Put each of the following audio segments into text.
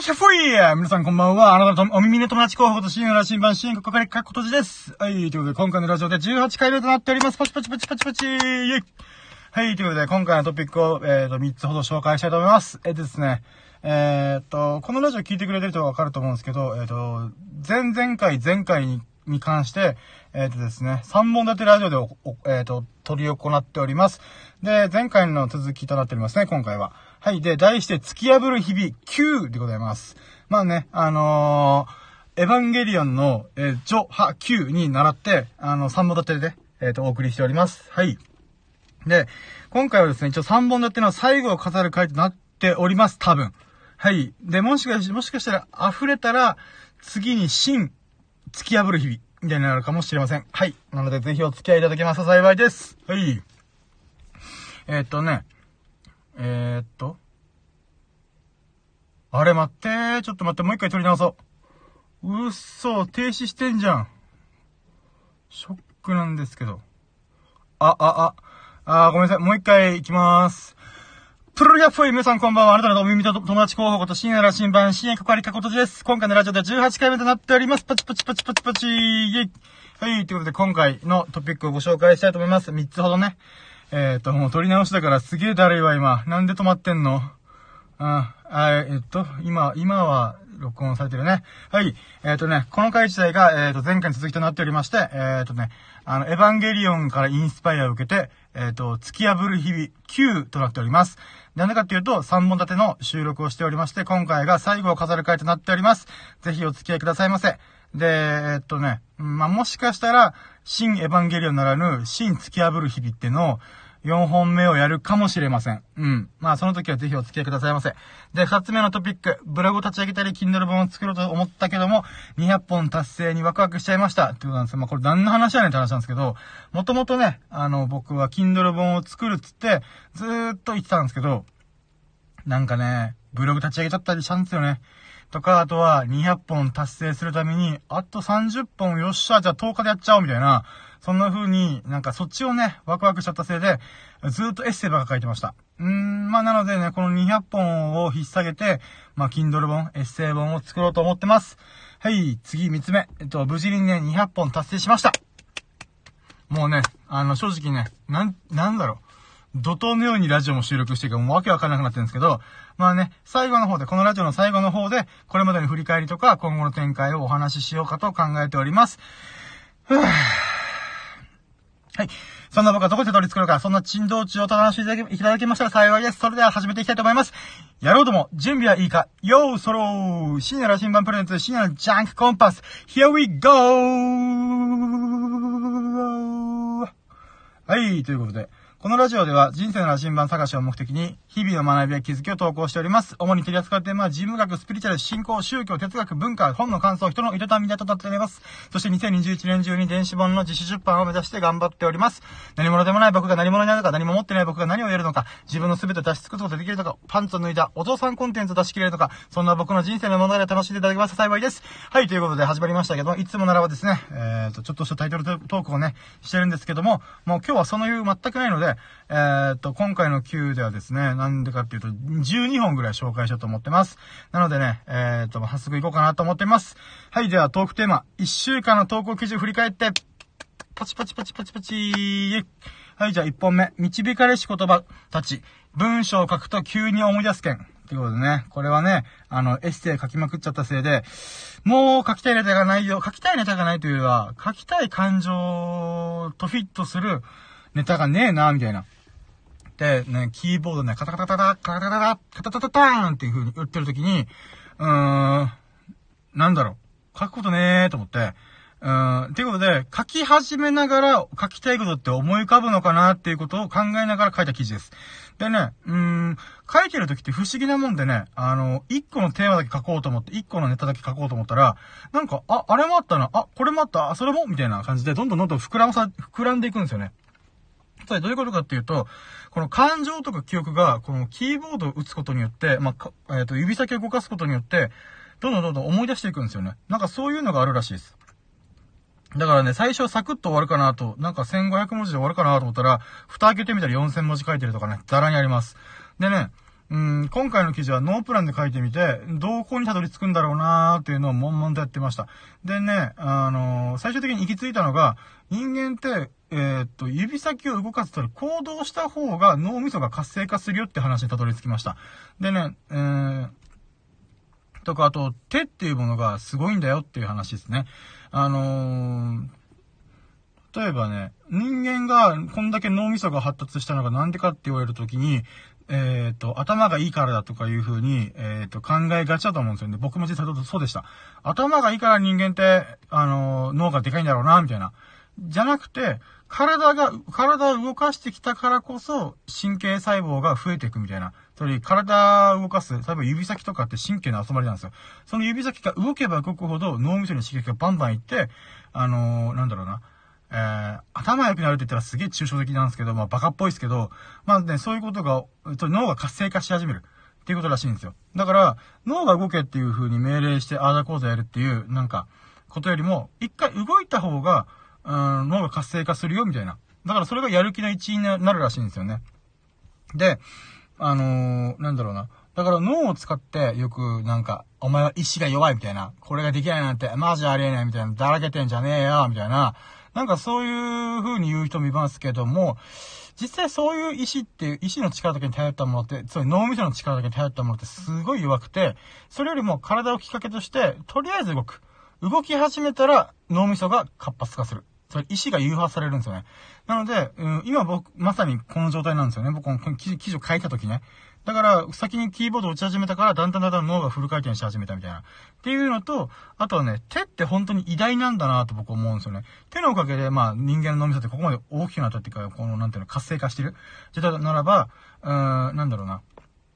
シャフリー皆さんこんばんは。あなたのお耳の友達候補と深夜の新版新係かことじです。はい、ということで今回のラジオで18回目となっております。パチパチパチパチパチイェイ。はい、ということで今回のトピックを、3つほど紹介したいと思います。ですね、このラジオ聞いてくれてる人はわかると思うんですけど、前回に関して、ですね、3本立てラジオで取り行っております。で、前回の続きとなっておりますね、今回は。はい。で、題して、突き破る日々9でございます。まあね、エヴァンゲリオンの、ジョハ9に倣って、3本立てで、お送りしております。はい。で、今回はですね、一応3本立ての最後を飾る回となっております、多分。はい。で、もしかしたら溢れたら、次に突き破る日々、みたいになるかもしれません。はい。なので、ぜひお付き合いいただけますと幸いです。はい。あれ待ってー。ちょっと待って、もう一回撮り直そう。停止してんじゃん。ショックなんですけど。ごめんなさい。もう一回行きまーす。プロリャッフォイ皆さんこんばんは。あなたのお耳と友達候補こと深夜の新版深夜かかりかことです。今回のラジオで18回目となっております。パチパチパチパチパチイェイ。はい、ということで今回のトピックをご紹介したいと思います。3つほどね。もう撮り直しだからすげえだるいわ今。なんで止まってんの？今は録音されてるね。はい。この回自体が、前回に続きとなっておりまして、エヴァンゲリオンからインスパイアを受けて、突き破る日々9となっております。なんでかっていうと、3本立ての収録をしておりまして、今回が最後を飾る回となっております。ぜひお付き合いくださいませ。で、もしかしたら、新エヴァンゲリオンならぬ、新突き破る日々ってのを、4本目をやるかもしれません。その時はぜひお付き合いくださいませ。で、2つ目のトピック。ブログを立ち上げたり、Kindle 本を作ろうと思ったけども、200本達成にワクワクしちゃいました。ってことなんですよ。これ何の話やねんって話なんですけど、もともとね、僕は Kindle 本を作るっつって、ずーっと言ってたんですけど、なんかね、ブログ立ち上げちゃったりしたんですよね。とか、あとは200本達成するために、あと30本よっしゃ、じゃあ10日でやっちゃおうみたいな、そんな風になんかそっちをね、ワクワクしちゃったせいで、ずーっとエッセイばっか書いてました。なのでね、この200本を引っ提げて、Kindle 本、エッセイ本を作ろうと思ってます。はい、次3つ目。無事にね、200本達成しました。もうね、正直ね、なんだろう。怒涛のようにラジオも収録してるからもうわけわかんなくなってるんですけど、最後の方で、このラジオの最後の方で、これまでの振り返りとか、今後の展開をお話ししようかと考えております。はい。そんな僕はどこで取り作るか、そんな珍道中を楽しんでいただけましたら幸いです。それでは始めていきたいと思います。やろうとも、準備はいいか、よーそろー深夜の新版プレゼンツ、深夜のジャンクコンパス、Here we go! はい、ということで、このラジオでは人生の羅針盤探しを目的に日々の学びや気づきを投稿しております。主に取り扱うテーマは人文学、スピリチュアル、信仰、宗教、哲学、文化、本の感想、人の営みだとなっております。そして2021年中に電子本の自主出版を目指して頑張っております。何者でもない僕が何者になるのか、何も持ってない僕が何をやるのか、自分の全てを出し尽くすことができるのか、パンツを脱いだお父さんコンテンツを出し切れるのか、そんな僕の人生の物語を楽しんでいただけますと幸いです。はい、ということで始まりましたけども、いつもならばですね、ちょっとしたタイトルトークをね、してるんですけども、もう今日はその理由全くないので、今回の Q ではですね、なんでかっていうと、12本ぐらい紹介しようと思ってます。なのでね、早速行こうかなと思ってます。はい、ではトークテーマ、1週間の投稿記事を振り返って、パチパチパチパチパチ。はい、じゃあ1本目、導かれし言葉たち、文章を書くと急に思い出す件。ということでね、これはね、エッセイ書きまくっちゃったせいで、もう書きたいネタがないよ。書きたいネタがないというよりは、書きたい感情とフィットするネタがねえな、みたいな。で、ね、キーボードね、カタカタカタ、カタカタカタ、カタカタターンっていう風に打ってる時に、なんだろう、書くことねーと思って、っていうことで、書き始めながら書きたいことって思い浮かぶのかなっていうことを考えながら書いた記事です。でね、書いてる時って不思議なもんでね、一個のテーマだけ書こうと思って、一個のネタだけ書こうと思ったら、なんか、あれもあったな、これもあった、それもみたいな感じで、どんどん膨らんでいくんですよね。それどういうことかっていうと、この感情とか記憶が、このキーボードを打つことによって、指先を動かすことによって、どんどん思い出していくんですよね。なんかそういうのがあるらしいです。だからね、最初サクッと終わるかなと、なんか1500文字で終わるかなと思ったら、蓋開けてみたら4000文字書いてるとかね、ざらにあります。でね、 今回の記事はノープランで書いてみて、どこにたどり着くんだろうなーっていうのを悶々とやってました。でね、最終的に行き着いたのが、人間って、指先を動かすと行動した方が脳みそが活性化するよって話にたどり着きました。でね、とか、あと、手っていうものがすごいんだよっていう話ですね。例えばね、人間がこんだけ脳みそが発達したのがなんでかって言われるときに、頭がいいからだとかいう風に、考えがちだと思うんですよね。僕も実際そうでした。頭がいいから人間って、脳がでかいんだろうな、みたいな。じゃなくて、体を動かしてきたからこそ、神経細胞が増えていくみたいな。つまり、体を動かす、例えば指先とかって神経の集まりなんですよ。その指先が動けば動くほど脳みそに刺激がバンバンいって、なんだろうな。頭良くなるって言ったらすげえ抽象的なんですけど、まあバカっぽいですけど、まあね、そういうことが、脳が活性化し始めるっていうことらしいんですよ。だから、脳が動けっていう風に命令してああだこうだやるっていう、なんか、ことよりも、一回動いた方が、脳が活性化するよみたいな。だからそれがやる気の一因になるらしいんですよね。で、なんだろうな。だから脳を使ってよくなんか、お前は意志が弱いみたいな、これができないなんてマジありえないみたいな、だらけてんじゃねえよみたいな、なんかそういう風に言う人もいますけども、実際そういう意志の力だけに頼ったものって、そういう脳みその力だけに頼ったものってすごい弱くて、それよりも体をきっかけとして、とりあえず動く。動き始めたら脳みそが活発化する。それ意志が誘発されるんですよね。なので、今僕、まさにこの状態なんですよね。僕、この記事を書いた時ね。だから、先にキーボードを打ち始めたから、だんだん脳がフル回転し始めたみたいな。っていうのと、あとはね、手って本当に偉大なんだなと僕思うんですよね。手のおかげで、まあ、人間の脳みそってここまで大きくなったっていうか、この、なんていうの、活性化してる。じゃならば、なんだろうな。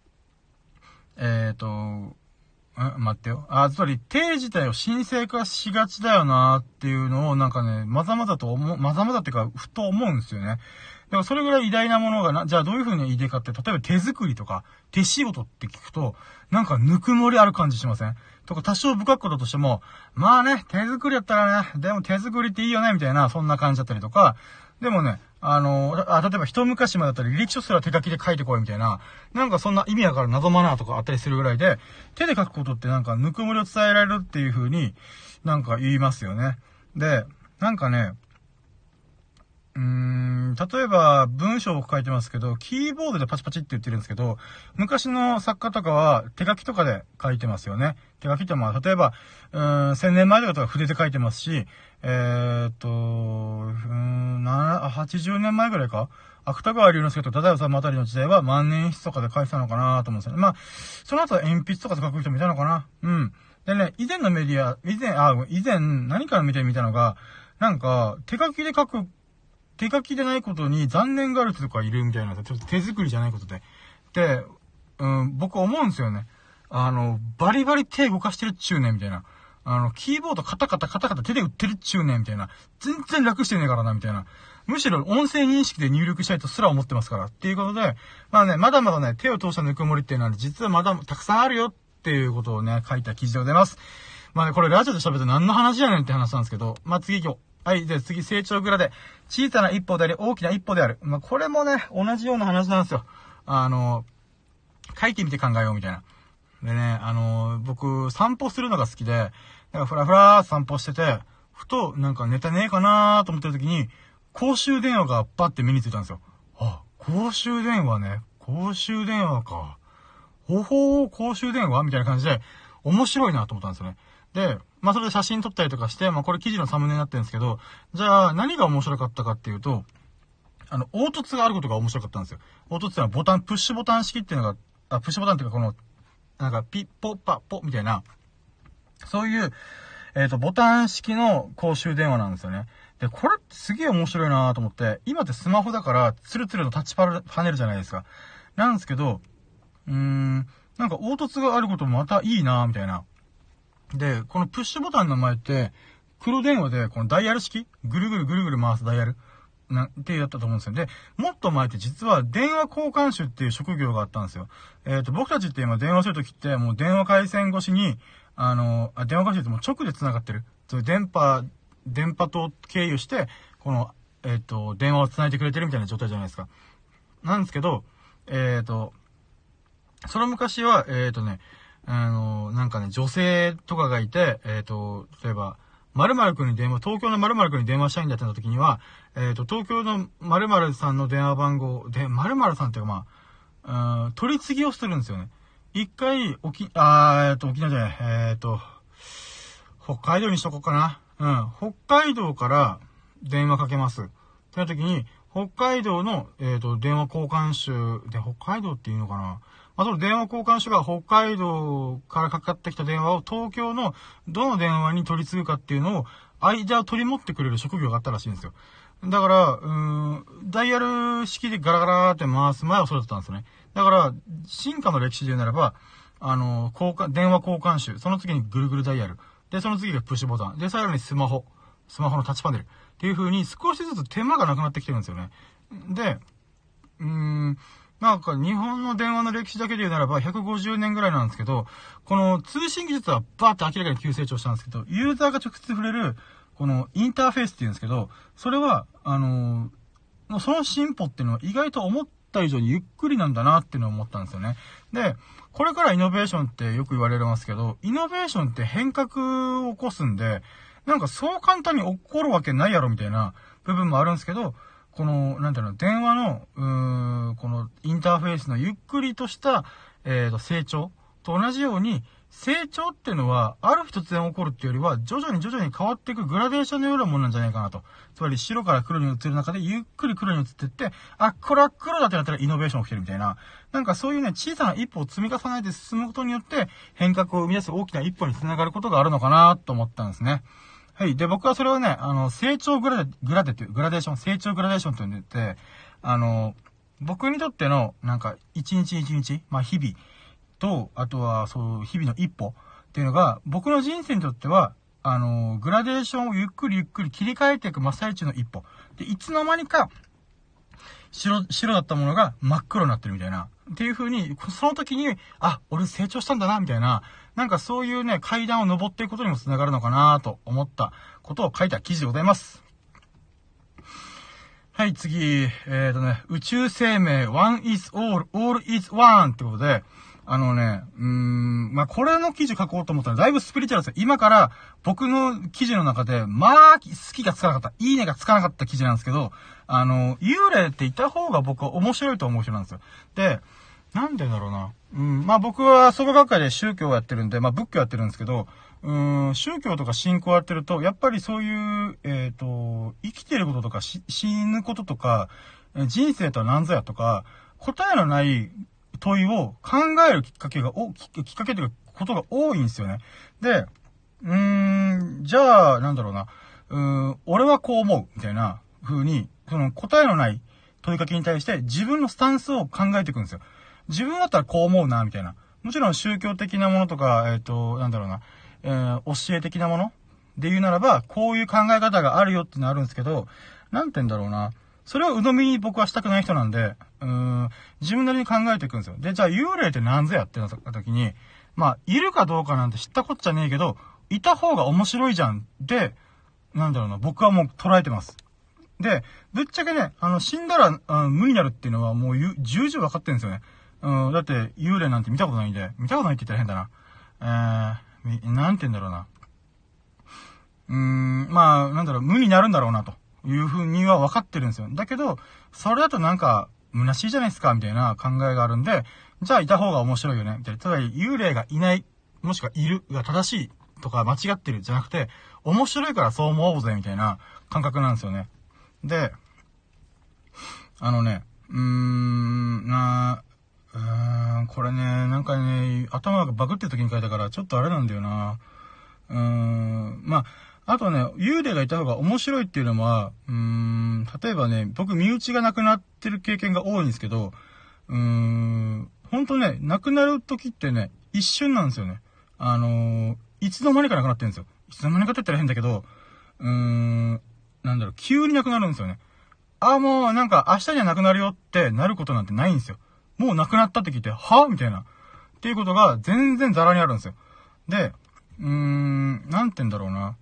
待ってよ。つまり、手自体を神聖化しがちだよなっていうのを、なんかね、まざまざっていうか、ふと思うんですよね。だからそれぐらい偉大なものがじゃあどういう風に偉大かって、例えば手作りとか、手仕事って聞くと、なんかぬくもりある感じしません？とか多少不格好だとしても、まあね、手作りやったらね、でも手作りっていいよね、みたいな、そんな感じだったりとか、でもね、例えば一昔前だったら履歴書すら手書きで書いてこいみたいな、なんかそんな意味わかる謎マナーとかあったりするぐらいで、手で書くことってなんかぬくもりを伝えられるっていう風になんか言いますよね。で、なんかね、例えば文章を書いてますけど、キーボードでパチパチって言ってるんですけど、昔の作家とかは手書きとかで書いてますよね。手書きってまあ、例えば、1000年前とか筆で書いてますし、80年前ぐらいか芥川龍之介と太宰治あたりの時代は万年筆とかで書いてたのかなと思うんですよね。まあ、その後は鉛筆とかで書く人もいたのかな。うん。でね、以前何かのメディア見たのが、なんか、手書きでないことに残念がある人とかいるみたいな、ちょっと手作りじゃないことで。で、僕思うんですよね。バリバリ手動かしてるっちゅうねんみたいな。キーボードカタカタ手で打ってるっちゅうねんみたいな。全然楽してねえからなみたいな。むしろ音声認識で入力したいとすら思ってますから。っていうことで、まあね、まだまだね、手を通したぬくもりっていうのは、実はまだたくさんあるよっていうことをね、書いた記事でございます。まあね、これラジオで喋って何の話やねんって話なんですけど、まあ次行こう。はい、で次、成長グラで、小さな一歩であり、大きな一歩である。まあ、これもね、同じような話なんですよ。書いてみて考えようみたいな。でね、僕、散歩するのが好きで、なんかふらふら散歩してて、ふと、なんかネタねえかなーと思ってる時に、公衆電話がバッて目についたんですよ。公衆電話ね。公衆電話か。公衆電話みたいな感じで、面白いなと思ったんですよね。で、まあ、それで写真撮ったりとかして、まあ、これ記事のサムネになってるんですけど、じゃあ、何が面白かったかっていうと、凹凸があることが面白かったんですよ。凹凸ってのはプッシュボタン式っていうのが、プッシュボタンっていうかこの、なんか、ピッポッパポみたいな、そういう、ボタン式の公衆電話なんですよね。で、これってすげえ面白いなと思って、今ってスマホだから、ツルツルのタッチパネルじゃないですか。なんですけど、なんか凹凸があることもまたいいなみたいな。で、このプッシュボタンの前って、黒電話で、このダイヤル式ぐるぐる回すダイヤルってやったと思うんですよ。で、もっと前って実は電話交換手っていう職業があったんですよ。僕たちって今電話するときって、もう電話回線越しに、電話回線ってもう直で繋がってる。そういう電波と経由して、この、電話を繋いでくれてるみたいな状態じゃないですか。なんですけど、 その昔は、なんかね、女性とかがいて、例えば、〇〇くんに東京の〇〇くんに電話したいんだってなった時には、東京の〇〇さんの電話番号で、〇〇さんっていうか取り次ぎをするんですよね。一回、沖縄じゃない、北海道にしとこうかな。北海道から電話かけます。ってな時に、北海道の、電話交換手で、北海道っていうのかな。その電話交換手が北海道からかかってきた電話を東京のどの電話に取り継ぐかっていうのを、間を取り持ってくれる職業があったらしいんですよ。だから、ダイヤル式でガラガラって回す前はそうだったんですよね。だから、進化の歴史で言うならば、電話交換手、その次にぐるぐるダイヤル。で、その次がプッシュボタン。で、最後にスマホのタッチパネル。っていう風に少しずつ手間がなくなってきてるんですよね。で、なんか日本の電話の歴史だけで言うならば150年ぐらいなんですけど、この通信技術はバーって明らかに急成長したんですけど、ユーザーが直接触れる、このインターフェースって言うんですけど、それは、その進歩っていうのは意外と思った以上にゆっくりなんだなっていうのを思ったんですよね。で、これからイノベーションってよく言われますけど、イノベーションって変革を起こすんで、なんかそう簡単に起こるわけないやろみたいな部分もあるんですけど、この、なんていうの、電話の、このインターフェースのゆっくりとした、成長と同じように、成長っていうのは、ある日突然起こるっていうよりは、徐々に変わっていくグラデーションのようなものなんじゃないかなと。つまり、白から黒に移る中で、ゆっくり黒に移っていって、これは黒だってなったらイノベーション起きてるみたいな。なんかそういうね、小さな一歩を積み重ねて進むことによって、変革を生み出す大きな一歩につながることがあるのかなと思ったんですね。はい。で、僕はそれをね、成長グラデーション、成長グラデーションと言って、僕にとっての、なんか、一日一日、日々と、あとは、そう、日々の一歩っていうのが、僕の人生にとっては、グラデーションをゆっくり切り替えていく真っ最中の一歩。で、いつの間にか、白だったものが真っ黒になってるみたいな。っていう風に、その時に、俺成長したんだな、みたいな。なんかそういうね、階段を登っていくことにもつながるのかなと思ったことを書いた記事でございます。はい、次。宇宙生命 one is all is one ってことで、これの記事書こうと思ったらだいぶスピリチュアルですよ。今から僕の記事の中で、好きがつかなかった、いいねがつかなかった記事なんですけど、幽霊っていた方が僕は面白いと思う人なんですよ。で、なんでだろうな。僕は創価学会で宗教をやってるんで、仏教やってるんですけど、宗教とか信仰をやってると、やっぱりそういう、生きてることとか死ぬこととか、人生とは何ぞやとか、答えのない問いを考えるきっかけというか、ことが多いんですよね。で、じゃあ、なんだろうな。俺はこう思う、みたいな風に、その答えのない問いかけに対して自分のスタンスを考えていくんですよ。自分だったらこう思うな、みたいな。もちろん宗教的なものとか、なんだろうな、教え的なもので言うならば、こういう考え方があるよってのあるんですけど、なんて言うんだろうな。それを鵜呑みに僕はしたくない人なんで、自分なりに考えていくんですよ。で、じゃあ幽霊って何ぞやってなった時に、いるかどうかなんて知ったこっちゃねえけど、いた方が面白いじゃん。で、なんだろうな、僕はもう捉えてます。で、ぶっちゃけね、死んだら、無になるっていうのはもう重々分かってるんですよね。だって、幽霊なんて見たことないんで、見たことないって言ったら変だな。なんて言うんだろうな。なんだろう、無になるんだろうな、というふうには分かってるんですよ。だけど、それだとなんか、虚しいじゃないですか、みたいな考えがあるんで、じゃあいた方が面白いよね、みたいな。ただ、幽霊がいない、もしくはいるが正しいとか間違ってるじゃなくて、面白いからそう思おうぜ、みたいな感覚なんですよね。で、これね、なんかね、頭がバグってる時に書いたから、ちょっとあれなんだよな。あとね、幽霊がいた方が面白いっていうのは、例えばね、僕身内が亡くなってる経験が多いんですけど、ほんとね、亡くなる時ってね、一瞬なんですよね。いつの間にか亡くなってるんですよ。いつの間にかって言ったら変だけど、急に亡くなるんですよね。もうなんか明日には亡くなるよってなることなんてないんですよ。もう亡くなったって聞いて、はみたいな。っていうことが全然ザラにあるんですよ。で、なんて言うんだろうな。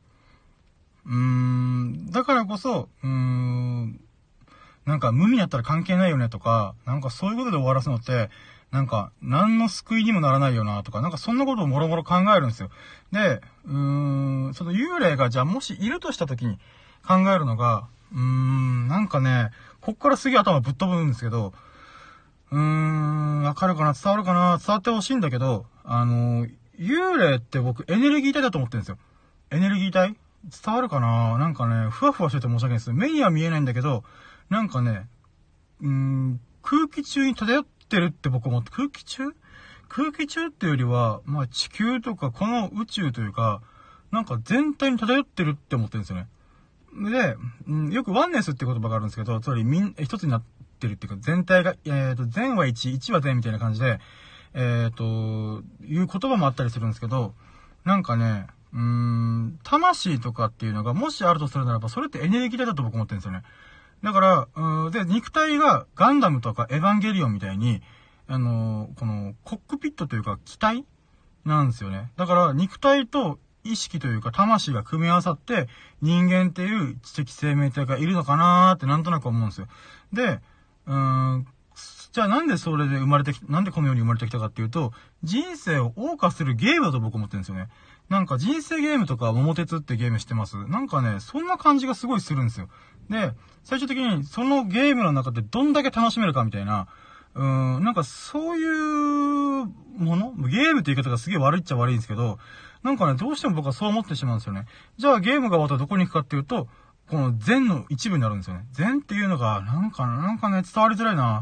だからこそ、なんか無になったら関係ないよねとか、なんかそういうことで終わらすのって、 なんか、何の救いにもならないよなとか、なんかそんなことをもろもろ考えるんですよ。で、その幽霊がじゃあもしいるとした時に考えるのが、なんかね、こっからすげえ頭ぶっ飛ぶんですけど、わかるかな、伝わるかな、伝わってほしいんだけど、幽霊って僕エネルギー体だと思ってるんですよ。エネルギー体伝わるかな、なんかね、ふわふわしてて申し訳ないです。目には見えないんだけど、なんかね、空気中に漂ってるって僕思って、空気中っていうよりは、まあ地球とかこの宇宙というか、なんか全体に漂ってるって思ってるんですよね。で、よくワンネスって言葉があるんですけど、つまり一つになってるっていうか、全体が、全は一、一は全みたいな感じで、いう言葉もあったりするんですけど、なんかね、魂とかっていうのがもしあるとするならば、それってエネルギー体だと僕思ってるんですよね。だから、で、肉体がガンダムとかエヴァンゲリオンみたいに、このコックピットというか機体なんですよね。だから肉体と意識というか魂が組み合わさって人間っていう知的生命体がいるのかなーってなんとなく思うんですよ。で、じゃあなんでそれでなんでこの世に生まれてきたかっていうと、人生を謳歌するゲームだと僕思ってるんですよね。なんか人生ゲームとか桃鉄ってゲームしてます。なんかね、そんな感じがすごいするんですよ。で、最終的にそのゲームの中でどんだけ楽しめるかみたいな、なんかそういうものゲームって言い方がすげえ悪いっちゃ悪いんですけど、なんかね、どうしても僕はそう思ってしまうんですよね。じゃあゲームが終わったらどこに行くかっていうと、この禅の一部になるんですよね。禅っていうのが、なんかね、伝わりづらいな。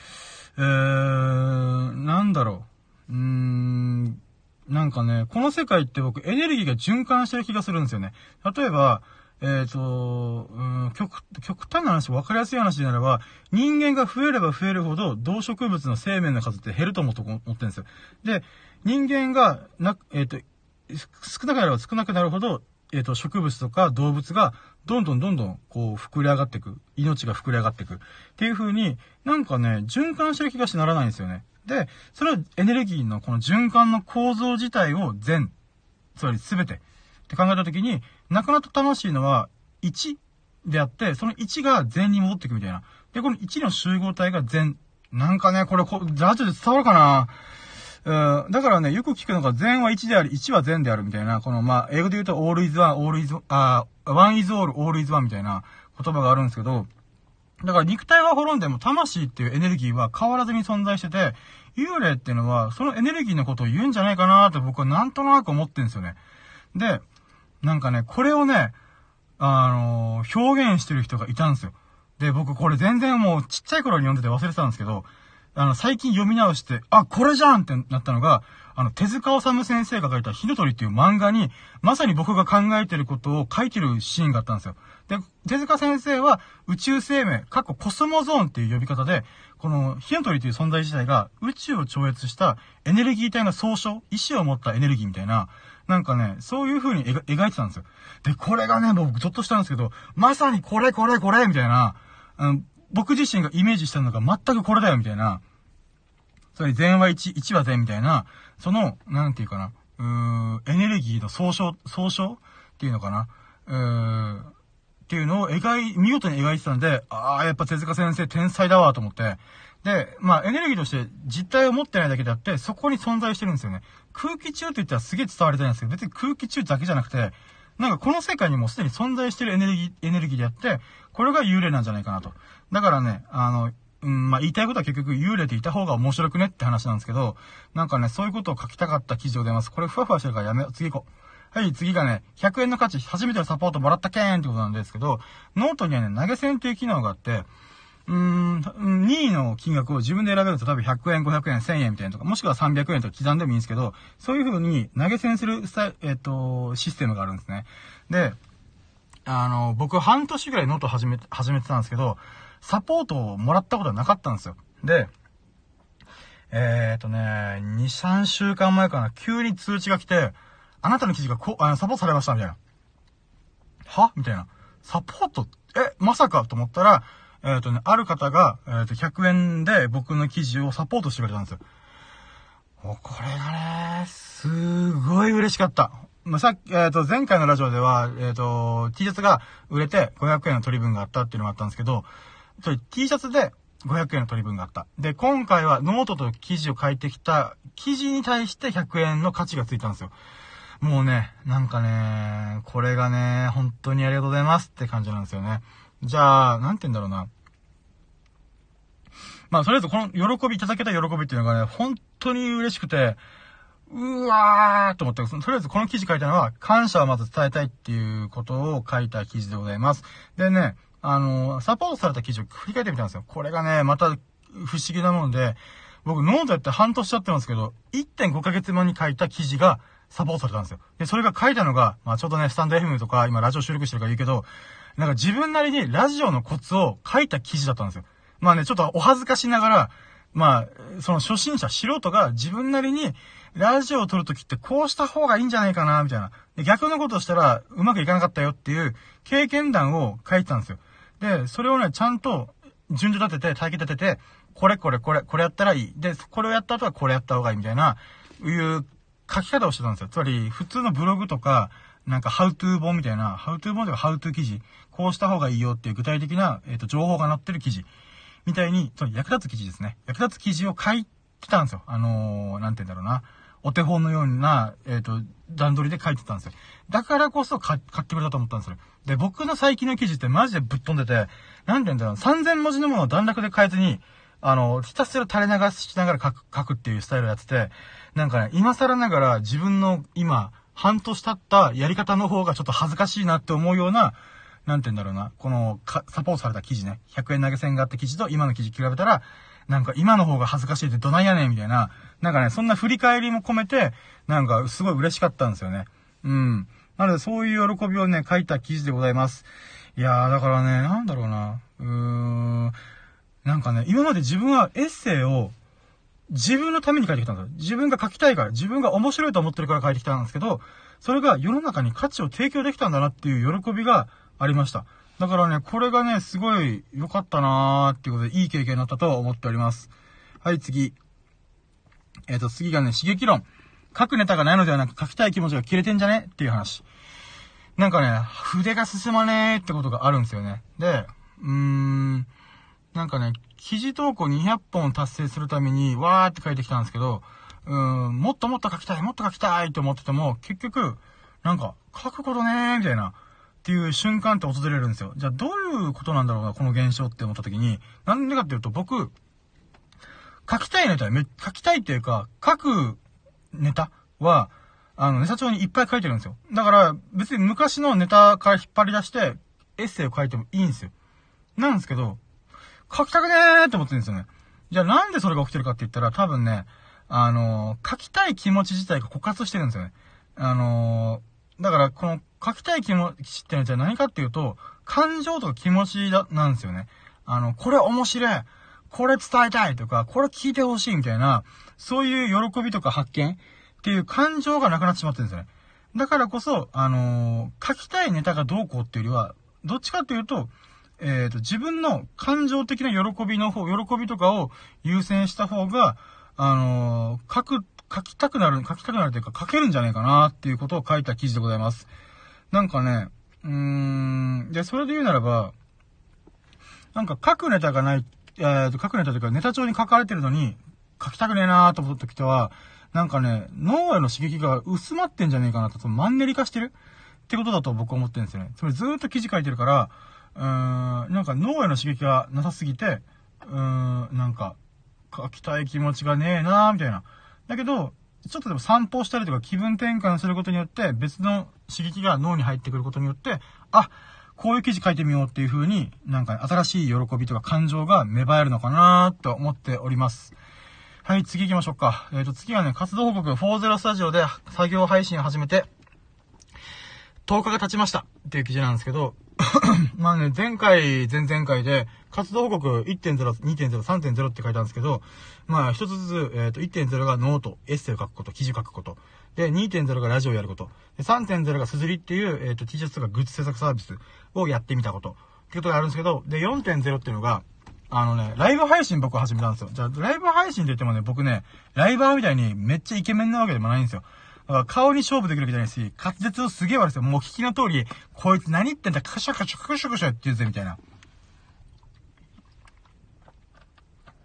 なんだろう。なんかね、この世界って僕エネルギーが循環してる気がするんですよね。例えば、極端な話、分かりやすい話でならば、人間が増えれば増えるほど、動植物の生命の数って減ると思ってるんですよ。で、人間が、少なくなれば少なくなるほど、植物とか動物が、どんどん、こう、膨れ上がっていく。命が膨れ上がっていく。っていう風に、なんかね、循環してる気がしてならないんですよね。で、それはエネルギーのこの循環の構造自体を全、つまり全てって考えたときに、なくなった魂のは1であって、その1が全に戻っていくみたいな。で、この1の集合体が全。なんかね、ラジオで伝わるかな？だからね、よく聞くのが全は1であり、1は全であるみたいな、この、まあ、英語で言うと all is one is all is one みたいな言葉があるんですけど、だから肉体は滅んでも魂っていうエネルギーは変わらずに存在してて、幽霊っていうのはそのエネルギーのことを言うんじゃないかなって僕はなんとなく思ってるんですよね。で、なんかね、これをね、表現してる人がいたんですよ。で、僕これ全然もうちっちゃい頃に読んでて忘れてたんですけど、最近読み直して、あ、これじゃんってなったのが、手塚治虫先生が書いた火の鳥っていう漫画に、まさに僕が考えてることを書いてるシーンがあったんですよ。で、手塚先生は宇宙生命、コスモゾーンっていう呼び方で、この火の鳥という存在自体が宇宙を超越したエネルギー体の総称、意志を持ったエネルギーみたいな、なんかね、そういう風に描いてたんですよ。で、これがね、僕ちょっとしたんですけど、まさにこれみたいな、僕自身がイメージしたのが全くこれだよみたいな、それ全は1、1は全みたいな、その、なんていうかな、エネルギーの総称っていうのかな、っていうのを見事に描いてたんで、やっぱ手塚先生天才だわと思って、で、まあエネルギーとして実体を持ってないだけであって、そこに存在してるんですよね。空気中って言ったらすげえ伝わりたいんですけど、別に空気中だけじゃなくて、なんかこの世界にもすでに存在してるエネルギーであって、これが幽霊なんじゃないかなと。だからね、まあ、言いたいことは結局幽霊でいた方が面白くねって話なんですけど、なんかね、そういうことを書きたかった記事を出ます。これふわふわしてるからやめよう。次行こう。はい、次がね、100円の価値、初めてのサポートもらったけーんってことなんですけど、ノートにはね、投げ銭っていう機能があって、任意の金額を自分で選べると多分100円、500円、1000円みたいなとか、もしくは300円とか刻んでもいいんですけど、そういう風に投げ銭するシステムがあるんですね。で、僕半年ぐらいノート始めてたんですけど、サポートをもらったことはなかったんですよ。で、2、3週間前かな、急に通知が来て、あなたの記事がサポートされましたみたいな。はみたいな。サポートまさかと思ったら、ある方が、100円で僕の記事をサポートしてくれたんですよ。これがね、すごい嬉しかった。まあ、前回のラジオでは、T シャツが売れて500円の取り分があったっていうのがあったんですけど、T シャツで、 500円の取り分があった。で、今回はノートと記事を書いてきた記事に対して100円の価値がついたんですよ。もうね、なんかね、これがね、本当にありがとうございますって感じなんですよね。じゃあ、なんて言うんだろうな。まあ、とりあえずこの喜び、いただけた喜びっていうのがね、本当に嬉しくて、うわーと思って、とりあえずこの記事書いたのは、感謝をまず伝えたいっていうことを書いた記事でございます。でね、サポートされた記事を振り返ってみたんですよ。これがね、また不思議なもので、僕ノートやって半年やってますけど、1.5 ヶ月前に書いた記事がサポートされたんですよ。で、それが書いたのが、まあちょうどね、スタンド FM とか、今ラジオ収録してるから言うけど、なんか自分なりにラジオのコツを書いた記事だったんですよ。まあね、ちょっとお恥ずかしながら、まあ、その初心者、素人が自分なりに、ラジオを撮るときってこうした方がいいんじゃないかな、みたいな。で、逆のことをしたらうまくいかなかったよっていう経験談を書いてたんですよ。で、それをね、ちゃんと順序立てて、体系立てて、これやったらいい。で、これをやった後はこれやった方がいいみたいな、いう書き方をしてたんですよ。つまり、普通のブログとか、なんか、ハウトゥー本みたいな、ハウトゥー本とかハウトゥー記事、こうした方がいいよっていう具体的な、情報が載ってる記事。みたいに、その役立つ記事ですね。役立つ記事を書いてたんですよ。なんて言うんだろうな。お手本のような、段取りで書いてたんですよ。だからこそ買ってくれたと思ったんですよ。で、僕の最近の記事ってマジでぶっ飛んでて、なんて言うんだろう、3000文字のものを段落で変えずに、ひたすら垂れ流しながら書くっていうスタイルをやってて、なんかね、今更ながら自分の今、半年経ったやり方の方がちょっと恥ずかしいなって思うような、なんて言うんだろうな、この、サポートされた記事ね。100円投げ銭があった記事と今の記事比べたら、なんか今の方が恥ずかしいってどないやねんみたいな、なんかね、そんな振り返りも込めて、なんかすごい嬉しかったんですよね。うん。なのでそういう喜びをね、書いた記事でございます。いやー、だからね、なんだろうな。なんかね、今まで自分はエッセイを自分のために書いてきたんですよ。自分が書きたいから、自分が面白いと思ってるから書いてきたんですけど、それが世の中に価値を提供できたんだなっていう喜びがありました。だからね、これがね、すごい良かったなーっていうことで、いい経験になったと思っております。はい、次。次がね、刺激論。書くネタがないのではなく、書きたい気持ちが切れてんじゃねっていう話。なんかね、筆が進まねーってことがあるんですよね。で、なんかね、記事投稿200本を達成するために、わーって書いてきたんですけど、もっともっと書きたいって思ってても、結局、なんか、書くことねーみたいな、っていう瞬間って訪れるんですよ。じゃあどういうことなんだろうな、この現象って思った時に、なんでかっていうと、僕、書きたいっていうか、書くネタは、ネタ帳にいっぱい書いてるんですよ。だから、別に昔のネタから引っ張り出して、エッセイを書いてもいいんですよ。なんですけど、書きたくねーって思ってるんですよね。じゃあなんでそれが起きてるかって言ったら、多分ね、書きたい気持ち自体が枯渇してるんですよね。だから、この書きたい気持ちってのはじゃあ何かっていうと、感情とか気持ちなんですよね。これ面白い。これ伝えたいとか、これ聞いてほしいみたいな、そういう喜びとか発見っていう感情がなくなってしまってるんですよね。だからこそ、書きたいネタがどうこうっていうよりは、どっちかっていうと、自分の感情的な喜びとかを優先した方が、書きたくなるというか、書けるんじゃないかなっていうことを書いた記事でございます。なんかね、で、それで言うならば、なんか書くネタというかネタ帳に書かれてるのに、書きたくねえなーと思った時とは、なんかね、脳への刺激が薄まってんじゃねえかなと、マンネリ化してるってことだと僕は思ってるんですよね。つまりずーっと記事書いてるから、なんか脳への刺激がなさすぎて、なんか、書きたい気持ちがねえなーみたいな。だけど、ちょっとでも散歩したりとか気分転換することによって、別の刺激が脳に入ってくることによって、あ、こういう記事書いてみようっていう風に、なんか新しい喜びとか感情が芽生えるのかなーと思っております。はい、次行きましょうか。次はね、活動報告40スタジオで作業配信を始めて、10日が経ちましたっていう記事なんですけど、まあね、前々回で、活動報告 1.0、2.0、3.0 って書いたんですけど、まあ一つずつ、1.0 がノート、エッセイを書くこと、記事書くこと。で、2.0 がラジオをやること。で、3.0 がすずりっていう、T シャツとかグッズ制作サービスをやってみたこと。ってことがあるんですけど、で、4.0 っていうのが、ライブ配信僕は始めたんですよ。じゃあ、ライブ配信って言ってもね、僕ね、ライバーみたいにめっちゃイケメンなわけでもないんですよ。だから顔に勝負できるわけじゃないし、滑舌をすげえ悪いですよ。もう聞きの通り、こいつ何言ってんだ、カシャカシャカシャカシャって言うぜ、みたいな。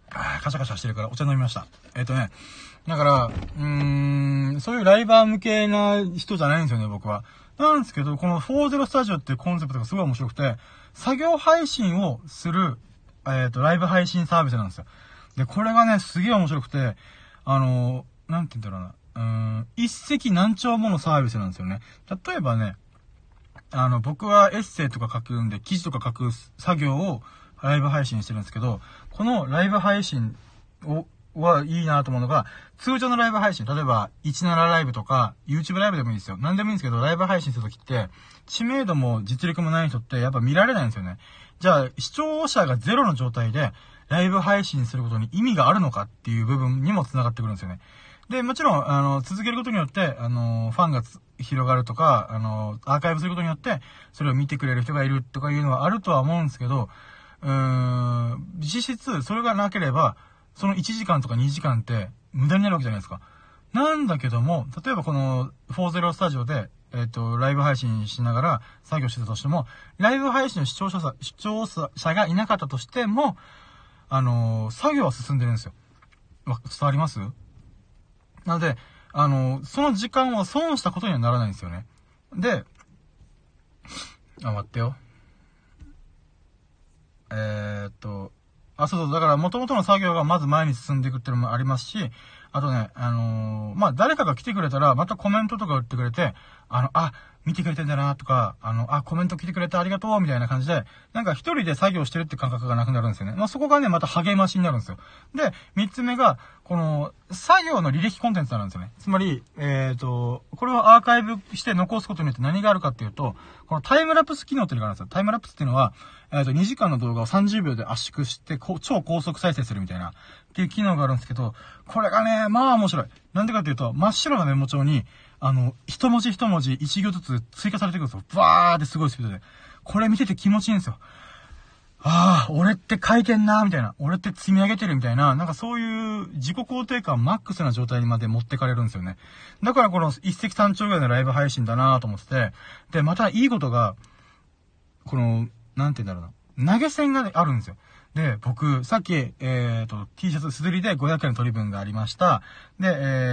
カシャカシャしてるからお茶飲みました。だから、そういうライバー向けな人じゃないんですよね、僕は。なんですけど、この40スタジオっていうコンセプトがすごい面白くて、作業配信をする、ライブ配信サービスなんですよ。で、これがね、すげえ面白くて、なんて言うんだろうな。一石何鳥ものサービスなんですよね。例えばね、僕はエッセイとか書くんで、記事とか書く作業をライブ配信してるんですけど、このライブ配信はいいなと思うのが、通常のライブ配信、例えば、17ライブとか、YouTube ライブでもいいですよ。何でもいいんですけど、ライブ配信するときって、知名度も実力もない人って、やっぱ見られないんですよね。じゃあ、視聴者がゼロの状態で、ライブ配信することに意味があるのかっていう部分にも繋がってくるんですよね。で、もちろん、続けることによって、ファンが広がるとか、アーカイブすることによって、それを見てくれる人がいるとかいうのはあるとは思うんですけど、実質、それがなければ、その1時間とか2時間って無駄になるわけじゃないですか。なんだけども、例えばこの40スタジオで、ライブ配信しながら作業してたとしても、ライブ配信の視聴者がいなかったとしても、作業は進んでるんですよ。伝わります？なので、その時間を損したことにはならないんですよね。で、待ってよ。そう、だから元々の作業がまず前に進んでいくっていうのもありますし、あとね、誰かが来てくれたら、またコメントとか打ってくれて、見てくれてんだなとか、コメント来てくれてありがとうみたいな感じで、なんか一人で作業してるって感覚がなくなるんですよね。まあ、そこがね、また励ましになるんですよ。で、三つ目が、この、作業の履歴コンテンツなんですよね。つまり、これをアーカイブして残すことによって何があるかっていうと、このタイムラプス機能っていうのがあるんですよ。タイムラプスっていうのは、2時間の動画を30秒で圧縮して、超高速再生するみたいな、っていう機能があるんですけど、これがね、まあ面白い。なんでかっていうと、真っ白なメモ帳に、一文字一文字一行ずつ追加されてくるんですよ。バーってすごいスピードで。これ見てて気持ちいいんですよ。俺って書いてんなみたいな。俺って積み上げてるみたいな。なんかそういう自己肯定感マックスな状態にまで持ってかれるんですよね。だからこの一石三鳥ぐらいのライブ配信だなと思ってて。で、またいいことが、この、なんて言うんだろうな。投げ銭が、ね、あるんですよ。で、僕、さっき、T シャツすずりで500円取り分がありました。で、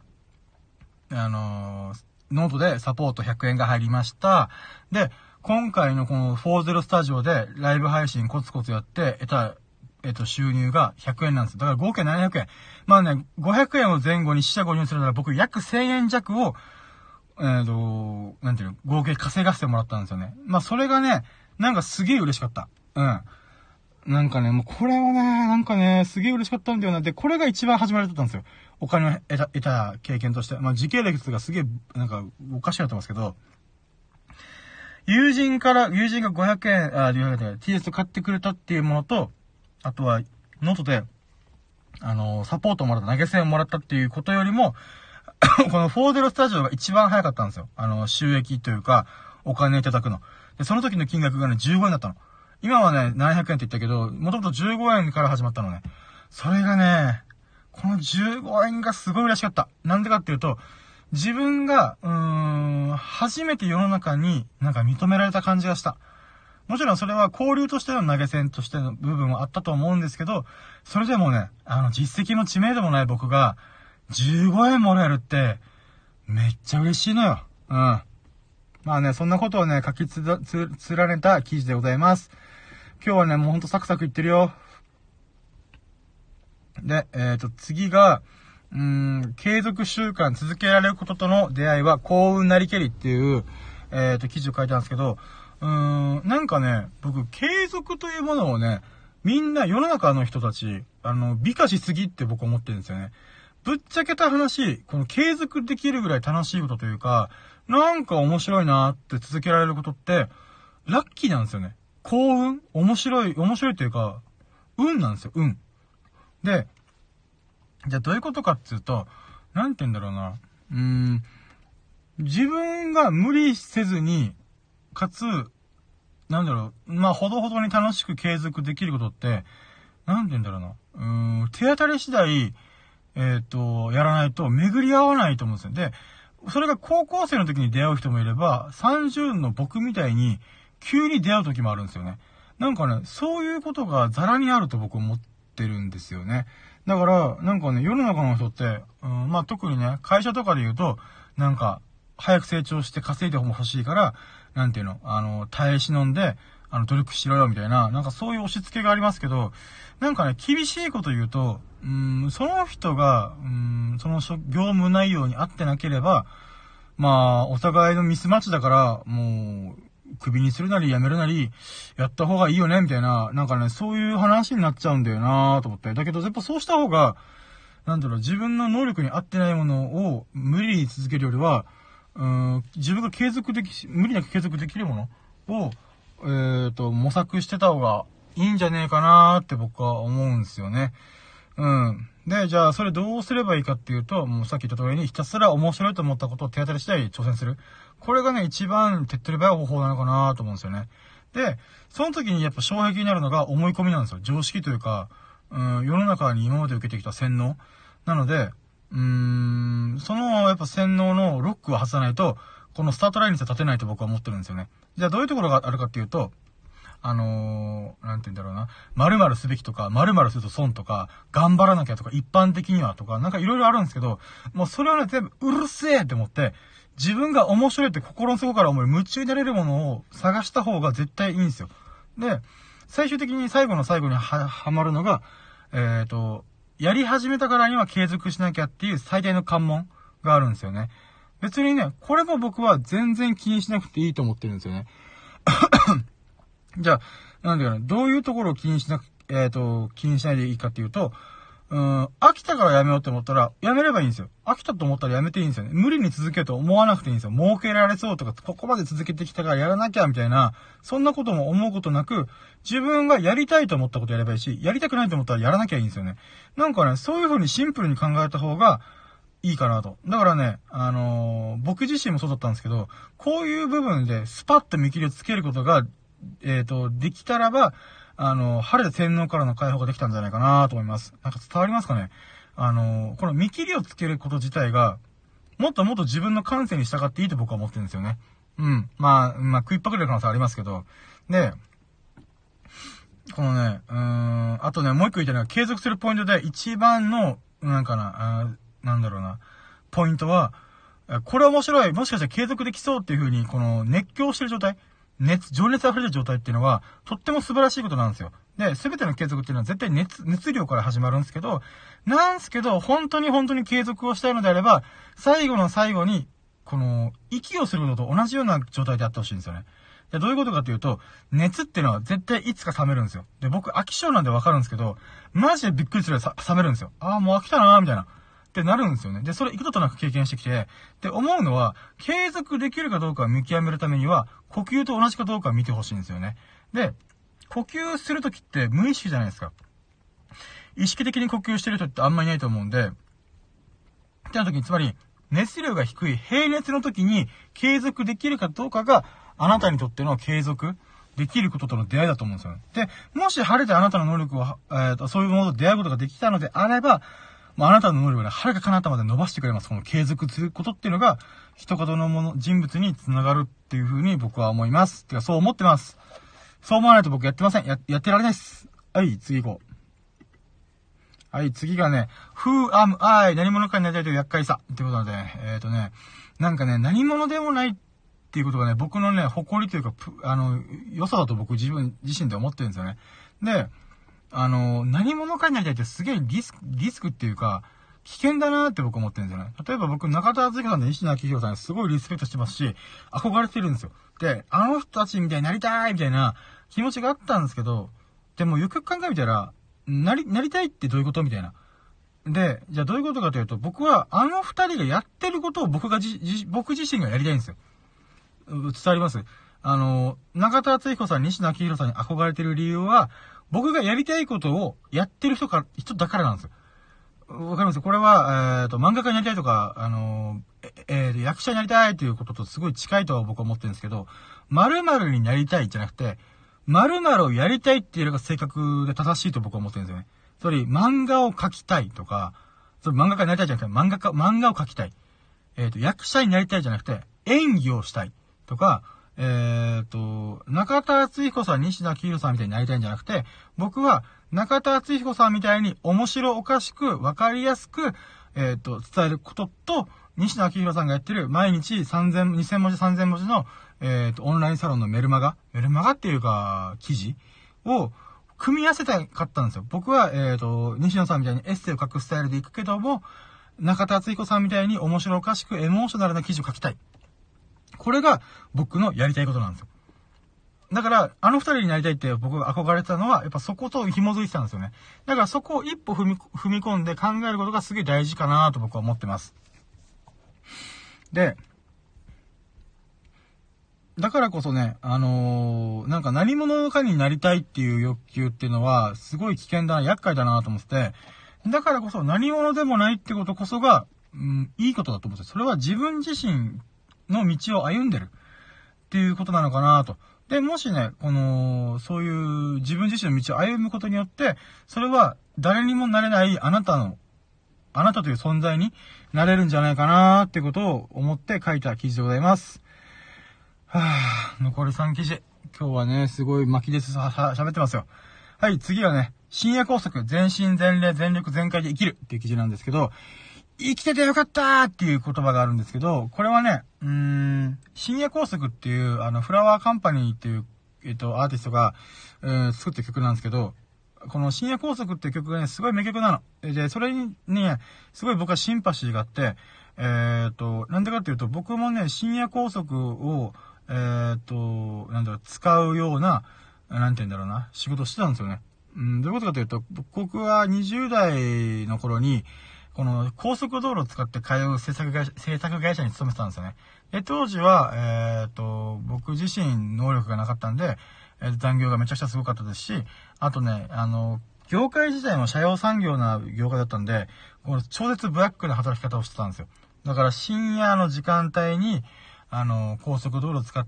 ノートでサポート100円が入りました。で、今回のこの40スタジオでライブ配信コツコツやって得た、収入が100円なんです。だから合計700円。まあね、500円を前後に四捨五入するなら僕約1000円弱を、なんていうの、合計稼がせてもらったんですよね。まあそれがね、なんかすげえ嬉しかった。うん。なんかね、もうこれはね、なんかね、すげえ嬉しかったんだよな。で、これが一番始まりだったんですよ。お金を得た経験として。まあ時系列がすげえ、なんか、おかしくなってますけど、友人が500円、T シャツ買ってくれたっていうものと、あとは、ノートで、サポートをもらった、投げ銭をもらったっていうことよりも、この40スタジオが一番早かったんですよ。収益というか、お金いただくの。で、その時の金額がね、15円だったの。今はね、700円って言ったけど、もともと15円から始まったのね。それがね、この15円がすごい嬉しかった。なんでかっていうと、自分が、初めて世の中になんか認められた感じがした。もちろんそれは交流としての投げ銭としての部分はあったと思うんですけど、それでもね、実績の知名度もない僕が、15円もらえるって、めっちゃ嬉しいのよ。うん。まあね、そんなことをね、書きつられた記事でございます。今日はね、もうほんとサクサクいってるよ。で、次が、継続習慣続けられることとの出会いは幸運なりけりっていう、記事を書いたんですけど、なんかね、僕、継続というものをね、みんな世の中の人たち、美化しすぎって僕思ってるんですよね。ぶっちゃけた話、この継続できるぐらい楽しいことというか、なんか面白いなーって続けられることって、ラッキーなんですよね。幸運面白いというか、運なんですよ、運。で、じゃあどういうことかっていうと、なんて言うんだろうな。自分が無理せずに、かつ、なんだろう、まあ、ほどほどに楽しく継続できることって、なんて言うんだろうな。手当たり次第、やらないと巡り合わないと思うんですよ。で、それが高校生の時に出会う人もいれば、30の僕みたいに、急に出会う時もあるんですよね。なんかね、そういうことがザラにあると僕思ってってるんですよね。だから、なんかね、世の中の人って、まあ、特にね、会社とかで言うと、なんか、早く成長して稼いでも欲しいから、なんていうの、耐え忍んで、努力しろよ、みたいな、なんかそういう押し付けがありますけど、なんかね、厳しいこと言うと、その人が、その業務内容に合ってなければ、まあ、お互いのミスマッチだから、もう、クビにするなりやめるなり、やった方がいいよね、みたいな、なんかね、そういう話になっちゃうんだよなと思って。だけど、やっぱそうした方が、なんだろう、自分の能力に合ってないものを無理に続けるよりは、自分が無理なく継続できるものを、模索してた方がいいんじゃねえかなって僕は思うんですよね。で、じゃあ、それどうすればいいかっていうと、もうさっき言った通りにひたすら面白いと思ったことを手当たり次第挑戦する。これがね、一番手っ取り早い方法なのかなと思うんですよね。で、その時にやっぱ障壁になるのが思い込みなんですよ。常識というか、世の中に今まで受けてきた洗脳。なので、そのやっぱ洗脳のロックを外さないと、このスタートラインに立てないと僕は思ってるんですよね。じゃあどういうところがあるかっていうと、なんて言うんだろうな。〇〇すべきとか、〇〇すると損とか、頑張らなきゃとか、一般的にはとか、なんかいろいろあるんですけど、もうそれをね、全部うるせえって思って、自分が面白いって心の底から思い、夢中になれるものを探した方が絶対いいんですよ。で、最終的に最後の最後にはまるのが、やり始めたからには継続しなきゃっていう最大の関門があるんですよね。別にね、これも僕は全然気にしなくていいと思ってるんですよね。じゃあ、なんだよね、どういうところを気にしないでいいかっていうと、飽きたからやめようって思ったら、やめればいいんですよ。飽きたと思ったらやめていいんですよね。無理に続けると思わなくていいんですよ。儲けられそうとか、ここまで続けてきたからやらなきゃみたいな、そんなことも思うことなく、自分がやりたいと思ったことやればいいし、やりたくないと思ったらやらなきゃいいんですよね。なんかね、そういう風にシンプルに考えた方がいいかなと。だからね、僕自身もそうだったんですけど、こういう部分でスパッと見切りをつけることが、できたらば、晴れて洗脳からの解放ができたんじゃないかなと思います。なんか伝わりますかね。この見切りをつけること自体が、もっともっと自分の感性に従っていいと僕は思ってるんですよね。まあ、食いっぱぐれる可能性ありますけど。で、このね、あとね、もう一個言いたいのは、継続するポイントで一番の、なんだろうな、ポイントは、これ面白い、もしかしたら継続できそうっていう風に、この熱狂してる状態、情熱溢れる状態っていうのは、とっても素晴らしいことなんですよ。で、すべての継続っていうのは絶対熱量から始まるんですけど、本当に継続をしたいのであれば、最後の最後に、この、息をすることと同じような状態であってほしいんですよね。で、どういうことかっていうと、熱っていうのは絶対いつか冷めるんですよ。で、僕、飽き性なんでわかるんですけど、マジでびっくりするぐらい冷めるんですよ。もう飽きたなーみたいな。ってなるんですよね。で、それ幾度となく経験してきて、で、思うのは、継続できるかどうかを見極めるためには、呼吸と同じかどうかを見てほしいんですよね。で、呼吸するときって無意識じゃないですか。意識的に呼吸してる人ってあんまりいないと思うんで、ってな時に、つまり、熱量が低い平熱の時に継続できるかどうかが、あなたにとっての継続できることとの出会いだと思うんですよね。で、もし晴れてあなたの能力を、そういうものと出会うことができたのであれば、あなたの能力をはるか彼方まで伸ばしてくれます。この継続することっていうのが、一言の人物につながるっていう風に僕は思います。てか、そう思ってます。そう思わないと僕やってません。やってられないです。はい、次行こう。はい、次がね、Who am I? 何者かになりたいという厄介さ。ってことなので、なんかね、何者でもないっていうことがね、僕のね、誇りというか、良さだと僕自分自身で思ってるんですよね。で、何者かになりたいってすげえリスクっていうか、危険だなーって僕思ってるんですよね。例えば僕、中田敦彦さんと西野昭弘さんすごいリスペクトしてますし、憧れてるんですよ。で、あの人たちみたいになりたいみたいな気持ちがあったんですけど、でもよく考えてみたら、なりたいってどういうことみたいな。で、じゃあどういうことかというと、僕はあの二人がやってることを僕自身がやりたいんですよ。伝わります？中田敦彦さん、西野昭弘さんに憧れてる理由は、僕がやりたいことをやってる人だからなんですよ。わかります？これは、漫画家になりたいとか、役者になりたいということとすごい近いとは僕は思ってるんですけど、〇〇になりたいじゃなくて、〇〇をやりたいっていうのが正確で正しいと僕は思ってるんですよね。つまり、漫画を描きたいとか、漫画家になりたいじゃなくて、漫画を描きたい。役者になりたいじゃなくて、演技をしたいとか、 中田敦彦さん、西田清さんみたいになりたいんじゃなくて、僕は中田敦彦さんみたいに面白おかしく、わかりやすく、伝えることと、西田明宏さんがやってる毎日2000文字3000文字の、オンラインサロンのメルマガっていうか、記事を組み合わせたかったんですよ。僕は、西野さんみたいにエッセイを書くスタイルでいくけども、中田敦彦さんみたいに面白おかしくエモーショナルな記事を書きたい。これが僕のやりたいことなんですよ。だから、あの二人になりたいって僕が憧れてたのは、やっぱそこと紐づいてたんですよね。だからそこを一歩踏み込んで考えることがすげえ大事かなと僕は思ってます。で、だからこそね、なんか何者かになりたいっていう欲求っていうのは、すごい危険だな、厄介だなと思ってて、だからこそ何者でもないってことこそが、いいことだと思って、それは自分自身の道を歩んでるっていうことなのかなと。で、もしね、そういう自分自身の道を歩むことによって、それは誰にもなれないあなたという存在になれるんじゃないかなーってことを思って書いた記事でございます。残り3記事。今日はね、すごい巻きです喋ってますよ。はい、次はね、深夜拘束、全身全霊全力全開で生きるっていう記事なんですけど、生きててよかったーっていう言葉があるんですけど、これはね、深夜拘束っていう、フラワーカンパニーっていう、アーティストが、作った曲なんですけど、この深夜拘束っていう曲がね、すごい名曲なの。で、それにね、すごい僕はシンパシーがあって、なんでかっていうと、僕もね、深夜拘束を、使うような、なんて言うんだろうな、仕事をしてたんですよね。どういうことかというと、僕は20代の頃に、この高速道路を使って通う制作会社に勤めてたんですよね。で、当時は、僕自身能力がなかったんで、残業がめちゃくちゃすごかったですし、あとね、業界自体も車用産業な業界だったんで、この超絶ブラックな働き方をしてたんですよ。だから深夜の時間帯に、高速道路を使って、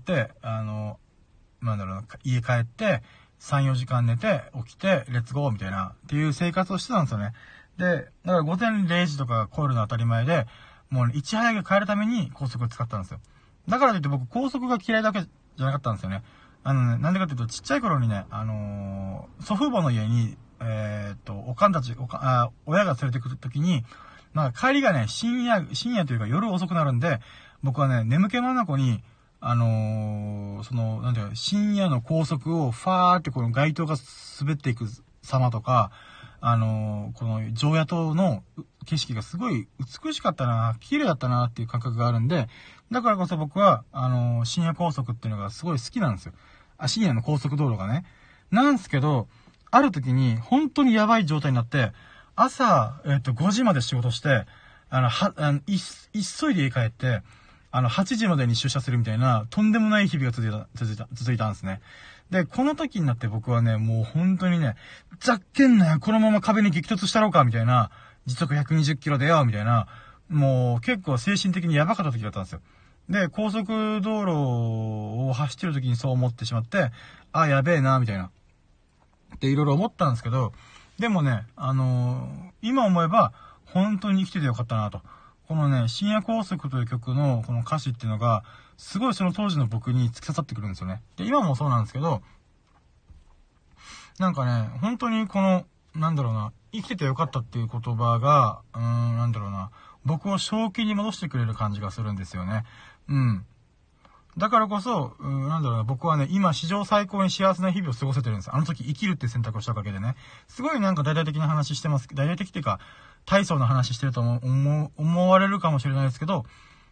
家帰って、3、4時間寝て、起きて、レッツゴーみたいな、っていう生活をしてたんですよね。で、だから午前0時とか超えるの当たり前で、もういち早く帰るために高速を使ったんですよ。だからといって僕高速が嫌いだけじゃなかったんですよね。なんでかっていうと、ちっちゃい頃にね、祖父母の家に、親が連れてくるときに、なんか帰りがね、深夜というか夜遅くなるんで、僕はね、眠気まなこに、深夜の高速をファーってこの街灯が滑っていく様とか、この常夜灯の景色がすごい美しかったな、綺麗だったなっていう感覚があるんで、だからこそ僕は、深夜高速っていうのがすごい好きなんですよ。深夜の高速道路がね。なんですけど、ある時に本当にやばい状態になって、朝、5時まで仕事して、急いで家帰って、8時までに出社するみたいな、とんでもない日々が続いたんですね。で、この時になって僕はね、もう本当にね、ざっけんなよ、このまま壁に激突したろうか、みたいな、時速120キロでよ、みたいな、もう結構精神的にやばかった時だったんですよ。で、高速道路を走ってる時にそう思ってしまって、やべえな、みたいな。っていろいろ思ったんですけど、でもね、今思えば、本当に生きててよかったなと。このね、深夜高速という曲のこの歌詞っていうのが、すごいその当時の僕に突き刺さってくるんですよね。で、今もそうなんですけど、なんかね、本当にこの、生きててよかったっていう言葉が、僕を正気に戻してくれる感じがするんですよね。だからこそ、僕はね、今史上最高に幸せな日々を過ごせてるんです。あの時生きるって選択をしたおかげでね。すごい大々的な話してます。大々的っていうか、大層な話してると思われるかもしれないですけど、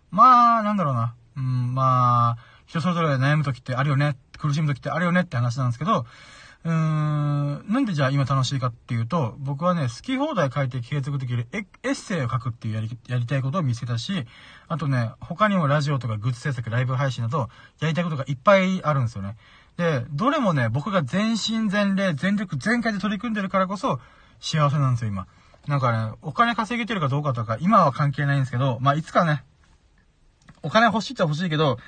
人それぞれ悩む時ってあるよね、苦しむ時ってあるよねって話なんですけど、なんでじゃあ今楽しいかっていうと、僕はね、好き放題書いて継続できるエッセイを書くっていうやりたいことを見つけたし、あとね、他にもラジオとかグッズ制作、ライブ配信など、やりたいことがいっぱいあるんですよね。で、どれもね、僕が全身全霊、全力全開で取り組んでるからこそ、幸せなんですよ、今。お金稼げてるかどうかとか、今は関係ないんですけど、いつかね、お金欲しいっちゃ欲しいけど、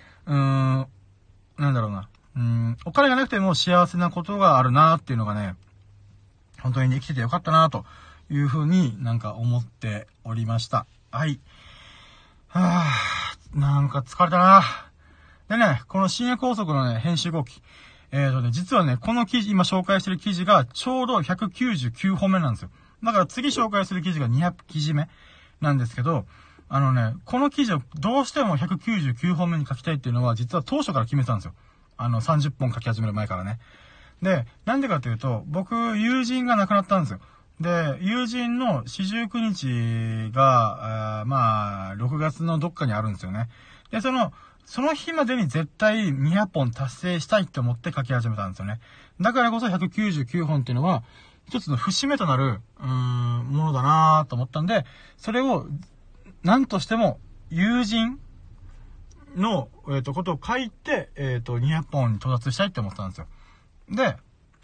お金がなくても幸せなことがあるなっていうのがね、本当に生きててよかったなというふうに思っておりました。はい。疲れたな。 でね、この深夜拘束のね、編集後期。実はね、この記事、今紹介してる記事がちょうど199本目なんですよ。だから次紹介する記事が200記事目なんですけど、この記事をどうしても199本目に書きたいっていうのは、実は当初から決めてたんですよ。30本書き始める前からね。で、なんでかというと、僕、友人が亡くなったんですよ。で、友人の四十九日が、6月のどっかにあるんですよね。で、その日までに絶対200本達成したいって思って書き始めたんですよね。だからこそ199本っていうのは、一つの節目となる、ものだなぁと思ったんで、それを、何としても、友人の、ことを書いて、200本に到達したいって思ったんですよ。で、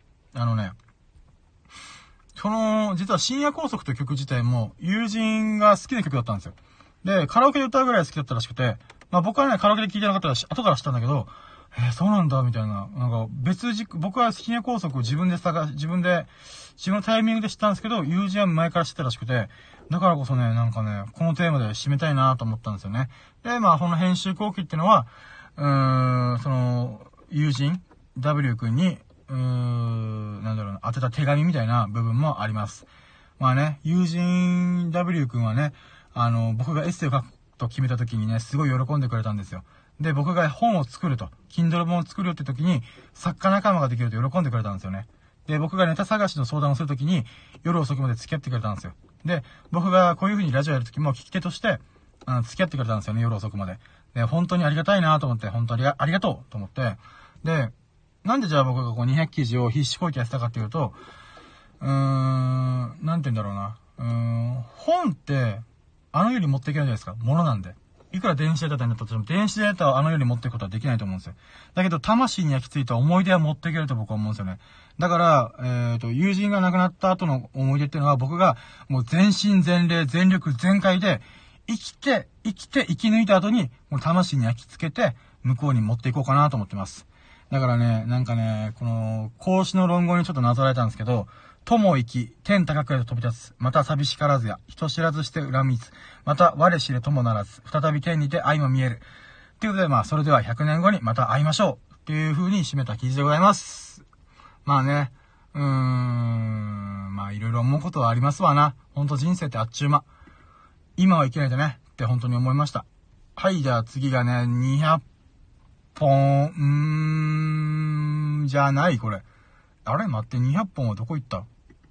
実は深夜拘束という曲自体も、友人が好きな曲だったんですよ。で、カラオケで歌うぐらい好きだったらしくて、僕はね、カラオケで聴いてなかったら後から知ったんだけど、そうなんだ、みたいな。僕は深夜拘束を自分のタイミングで知ったんですけど、友人は前から知ってたらしくて、だからこそね、このテーマで締めたいなと思ったんですよね。で、この編集後期っていうのは、友人、W 君に、当てた手紙みたいな部分もあります。友人 W 君はね、僕がエッセイを書くと決めた時にね、すごい喜んでくれたんですよ。で、僕が本を作ると、Kindle 本を作るって時に、作家仲間ができると喜んでくれたんですよね。で、僕がネタ探しの相談をする時に、夜遅くまで付き合ってくれたんですよ。で、僕がこういう風にラジオやる時も聞き手として、付き合ってくれたんですよね、夜遅くまで。で、本当にありがたいなと思って、本当にありがとうと思って。で、なんでじゃあ僕がこう200記事を必死こいてやってたかっていうと、なんて言うんだろうな。本って、世に持っていけないじゃないですか。物なんで。いくら電子データになったとしても、電子データを世に持っていくことはできないと思うんですよ。だけど、魂に焼き付いた思い出は持っていけると僕は思うんですよね。だから、友人が亡くなった後の思い出っていうのは、僕がもう全身全霊、全力全開で、生き抜いた後に、もう魂に焼き付けて、向こうに持っていこうかなと思ってます。だからね、この、孔子の論語にちょっとなぞらえたんですけど、友生き、天高くへと飛び立つ。また寂しからずや、人知らずして恨みつ。また我知れ友ならず。再び天にて愛も見える。ということで、それでは100年後にまた会いましょう。っていう風に締めた記事でございます。いろいろ思うことはありますわな。ほんと人生ってあっちゅう間。今は生きないとね、って本当に思いました。はい、じゃあ次がね、200本、じゃない、これ。あれ待って、200本はどこ行った？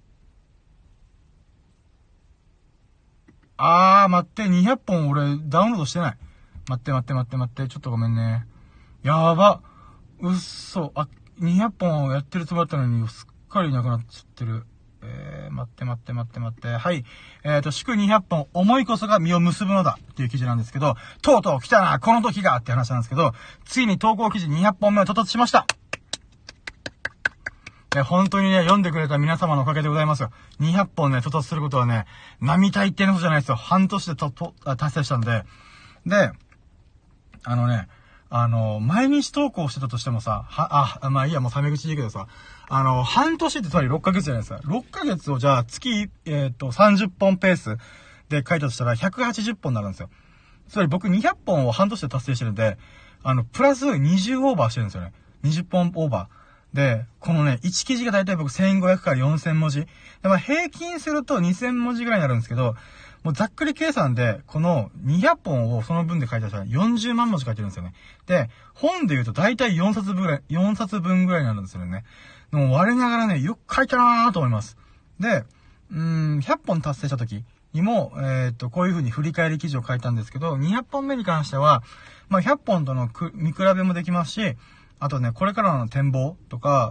待って、200本俺ダウンロードしてない。待って、ちょっとごめんね。やば。うっそ。200本やってるつもりだったのに、すっかりなくなっちゃってる。待って。はい。祝200本、思いこそが実を結ぶのだっていう記事なんですけど、とうとう来たな、この時がって話なんですけど、ついに投稿記事200本目を到達しました。本当にね、読んでくれた皆様のおかげでございますよ。200本ね、到達することはね、並大抵のことじゃないですよ。半年で達成したんで。で、毎日投稿してたとしてもさ、いいや、もうタメ口でいいけどさ、半年ってつまり6ヶ月じゃないですか。6ヶ月をじゃあ月、30本ペースで書いたとしたら180本になるんですよ。つまり僕200本を半年で達成してるんで、プラス20オーバーしてるんですよね。20本オーバー。で、このね、1記事がだいたい僕1500から4000文字。で、平均すると2000文字ぐらいになるんですけど、もうざっくり計算で、この200本をその分で書いたら40万文字書いてるんですよね。で、本で言うとだいたい4冊分ぐらいになるんですよね。でも我ながらね、よく書いたなーと思います。で、100本達成した時にも、こういう風に振り返り記事を書いたんですけど、200本目に関しては、100本との見比べもできますし、あとね、これからの展望とか、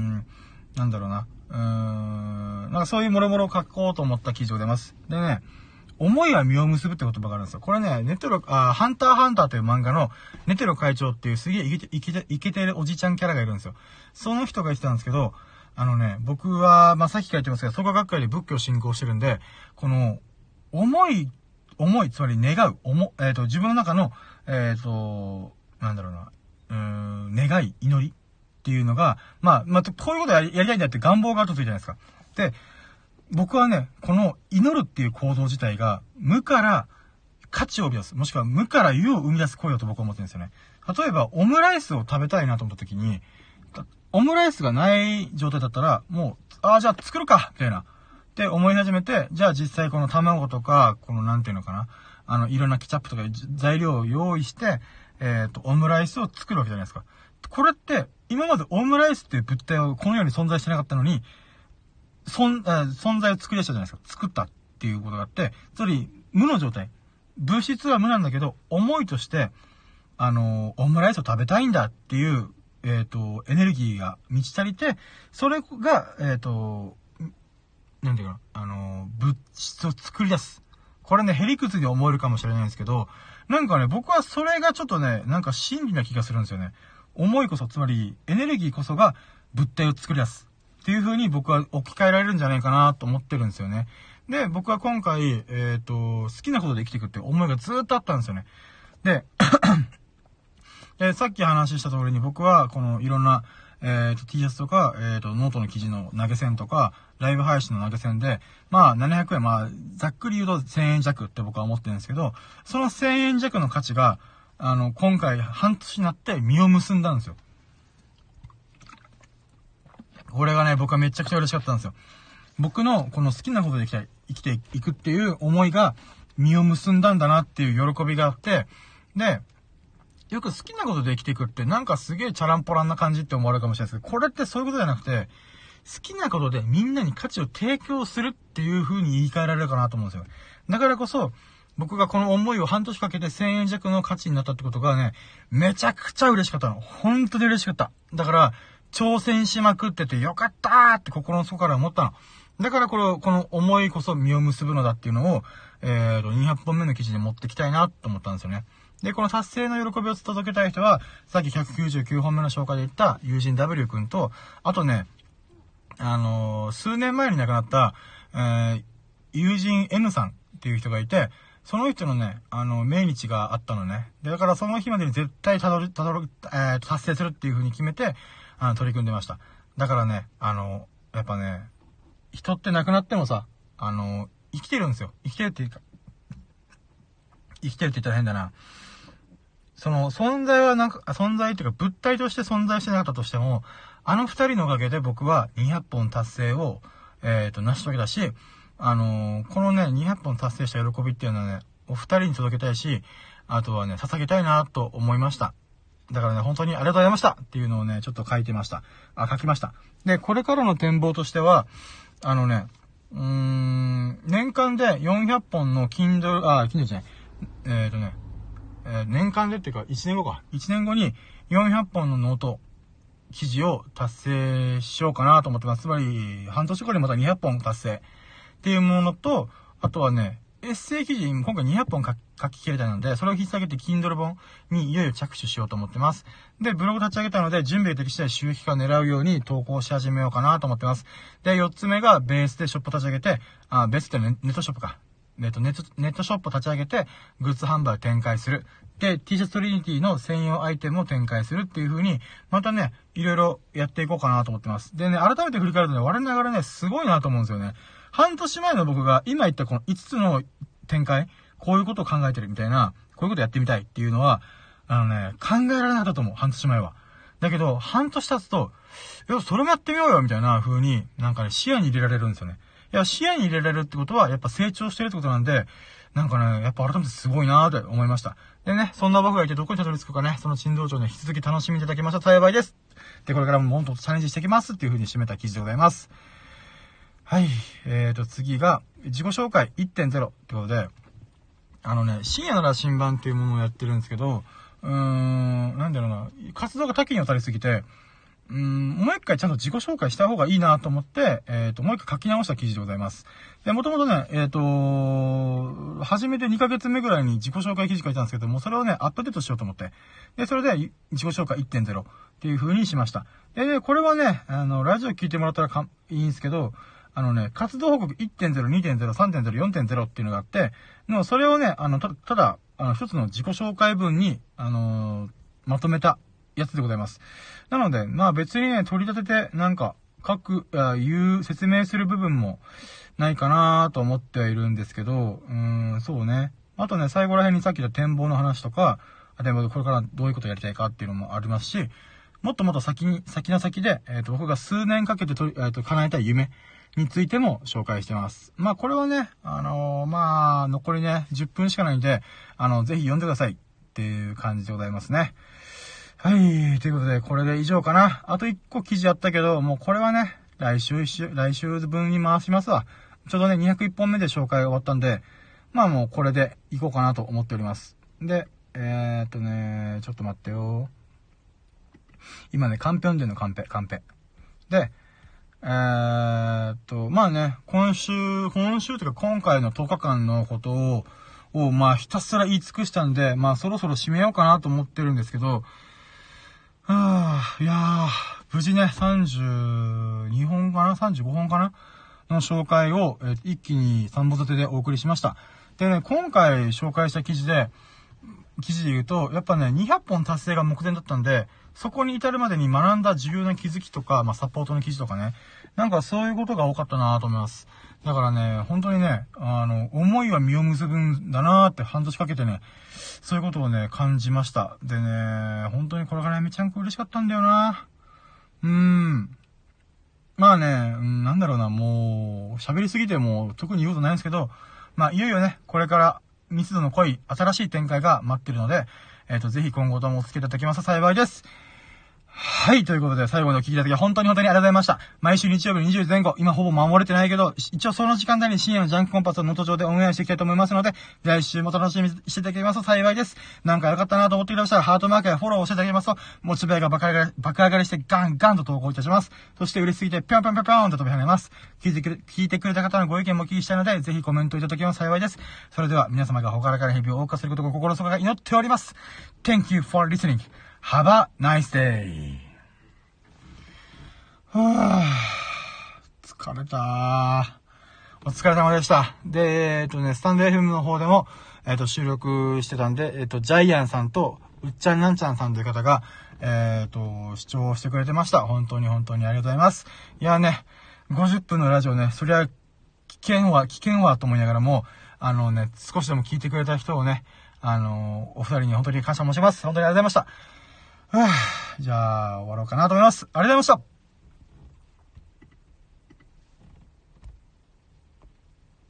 そういうもろもろを書こうと思った記事を出ます。でね、思いは実を結ぶって言葉があるんですよ。これね、ハンターという漫画のネテロ会長っていうすげえイケてるおじちゃんキャラがいるんですよ。その人が言ってたんですけど、僕は、さっきから言ってますけど、創価学会で仏教を信仰してるんで、この、思い、つまり願う、自分の中の、願い、祈りっていうのが、こういうことやりたいんだって願望があるとするじゃないですか。で、僕はね、この祈るっていう行動自体が、無から価値を生み出す。もしくは無から有を生み出す行為だと僕は思ってるんですよね。例えば、オムライスを食べたいなと思った時に、オムライスがない状態だったら、もう、じゃあ作るかみたいな。って思い始めて、じゃあ実際この卵とか、このなんていうのかな。いろんなケチャップとか材料を用意して、オムライスを作るわけじゃないですか。これって、今までオムライスっていう物体はこの世に存在してなかったのに、存在を作り出したじゃないですか。作ったっていうことがあって、つまり、無の状態。物質は無なんだけど、思いとして、オムライスを食べたいんだっていう、エネルギーが満ち足りて、それが、なんていうかな、物質を作り出す。これね、へりくつに思えるかもしれないんですけど、なんかね、僕はそれがちょっとね、なんか真理な気がするんですよね。思いこそ、つまり、エネルギーこそが物体を作り出す。っていう風に僕は置き換えられるんじゃないかなと思ってるんですよね。で、僕は今回、好きなことで生きていくって思いがずーっとあったんですよね。で、さっき話した通りに僕は、このいろんな、T シャツとか、ノートの記事の投げ銭とか、ライブ配信の投げ銭で、まあ、700円、まあ、ざっくり言うと1000円弱って僕は思ってるんですけど、その1000円弱の価値が、今回半年になって実を結んだんですよ。これがね、僕はめちゃくちゃ嬉しかったんですよ。僕のこの好きなことで生きていくっていう思いが実を結んだんだなっていう喜びがあって、で、よく好きなことで生きていくってなんかすげえチャランポランな感じって思われるかもしれないですけど、これってそういうことじゃなくて、好きなことでみんなに価値を提供するっていう風に言い換えられるかなと思うんですよ。だからこそ、僕がこの思いを半年かけて1000円弱の価値になったってことがね、めちゃくちゃ嬉しかったの。本当に嬉しかった。だから、挑戦しまくっててよかったーって心の底から思ったの。だからこの思いこそ実を結ぶのだっていうのを、200本目の記事に持ってきたいなと思ったんですよね。で、この達成の喜びを届けたい人は、さっき199本目の紹介で言った友人 W 君と、あとね、数年前に亡くなった、友人 N さんっていう人がいて、その人のね、命日があったのね。で、だからその日までに絶対達成するっていう風に決めて、取り組んでました。だからね、やっぱね、人って亡くなってもさ、生きてるんですよ。生きてるって言ったら変だな。その、存在っていうか物体として存在してなかったとしても、二人のおかげで僕は200本達成を、成し遂げたし、このね、200本達成した喜びっていうのはね、お二人に届けたいし、あとはね、捧げたいなと思いました。だからね、本当にありがとうございましたっていうのをね、ちょっと書きました。で、これからの展望としては、年間で400本のKindle じゃない。年間でっていうか、1年後か。1年後に400本のノート記事を達成しようかなと思ってます。つまり、半年後にまた200本達成っていうものと、あとはね、エッセイ記事に今回200本書き切れたので、それを引っ提げて Kindle 本にいよいよ着手しようと思ってます。で、ブログ立ち上げたので、準備ができ次第収益化を狙うように投稿し始めようかなと思ってます。で、4つ目がベースでショップ立ち上げて、ベースってネットショップか。ネットショップを立ち上げて、グッズ販売を展開する。で、T シャツトリニティの専用アイテムを展開するっていう風に、またね、いろいろやっていこうかなと思ってます。でね、改めて振り返るとね、我ながらね、すごいなと思うんですよね。半年前の僕が今言ったこの5つの展開、こういうことを考えてるみたいな、こういうことやってみたいっていうのは、考えられなかったと思う、半年前は。だけど、半年経つと、いや、それもやってみようよみたいな風に、なんかね、視野に入れられるんですよね。いや、視野に入れられるってことは、やっぱ成長してるってことなんで、なんかね、やっぱ改めてすごいなーって思いました。でね、そんな僕がいてどこにたどり着くかね、その珍道場ね、引き続き楽しみいただけました幸いです。で、これからももっとチャレンジしていきますっていう風に締めた記事でございます。はい。次が、自己紹介 1.0 ってことで、深夜なら新版っていうものをやってるんですけど、なんだろうな、活動が多岐にわたりすぎて、もう一回ちゃんと自己紹介した方がいいなと思って、もう一回書き直した記事でございます。で、もともとね、初めて2ヶ月目ぐらいに自己紹介記事書いたんですけども、それをね、アップデートしようと思って。で、それで、自己紹介 1.0 っていう風にしました。で、これはね、ラジオ聞いてもらったらいいんですけど、活動報告 1.0、2.0、3.0、4.0 っていうのがあって、それをね、ただ、一つの自己紹介文に、まとめたやつでございます。なので、まあ別にね、取り立てて、なんか、説明する部分もないかなと思ってはいるんですけど、そうね。 あとね、最後ら辺にさっき言った展望の話とか、展望でこれからどういうことをやりたいかっていうのもありますし、もっともっと先の先で、僕が数年かけて叶えたい夢についても紹介してます。まあ、これはね、残りね、10分しかないんで、ぜひ読んでくださいっていう感じでございますね。はい、ということで、これで以上かな。あと1個記事あったけど、もうこれはね、来週分に回しますわ。ちょうどね、201本目で紹介が終わったんで、まあもうこれでいこうかなと思っております。で、ちょっと待ってよ。今ね、カンペ読んでんの、カンペ。で、まあね、今週というか今回の10日間のことを、まあひたすら言い尽くしたんで、まあそろそろ締めようかなと思ってるんですけど、いやー、無事ね、32本かな ?35 本かなの紹介を、一気に3本立てでお送りしました。でね、今回紹介した記事で言うと、やっぱね、200本達成が目前だったんで、そこに至るまでに学んだ重要な気づきとか、まあ、サポートの記事とかね、なんかそういうことが多かったなと思います。だからね、本当にね、思いは実を結ぶんだなーって半年かけてね、そういうことをね、感じました。でね、本当にこれがね、めちゃくちゃ嬉しかったんだよな。まあね、なんだろうな、もう、喋りすぎても特に言うことないんですけど、まあ、いよいよね、これから密度の濃い新しい展開が待ってるので、ぜひ今後ともお付き合いいただけますと幸いです。はい、ということで、最後の聞きいただき本当にありがとうございました。毎週日曜日20時前後、今ほぼ守れてないけど、一応その時間帯に深夜のジャンクコンパスを能登上でオンエアしていきたいと思いますので、来週も楽しみにしていただけますと幸いです。なんか良かったなと思ってください。ハートマークやフォローをしていただけますと、モチベーが爆上がりしてガンガンと投稿いたします。そして嬉しすぎてぴょんぴょんぴょんぴょんと飛び跳ねます。聞いてくれた方のご意見もお聞きしたいので、ぜひコメントいただけますと幸いです。それでは皆様が他から日々を謳歌することを心の底から祈っております。Thank you for listening. Have a nice day. 疲れたー。お疲れ様でした。で、スタンド FM の方でも、収録してたんで、ジャイアンさんと、うっちゃんなんちゃんさんという方が、視聴してくれてました。本当にありがとうございます。いやね、50分のラジオね、そりゃ、危険はと思いながらも、少しでも聞いてくれた人をね、お二人に本当に感謝申します。本当にありがとうございました。じゃあ、終わろうかなと思います。ありがとうございました。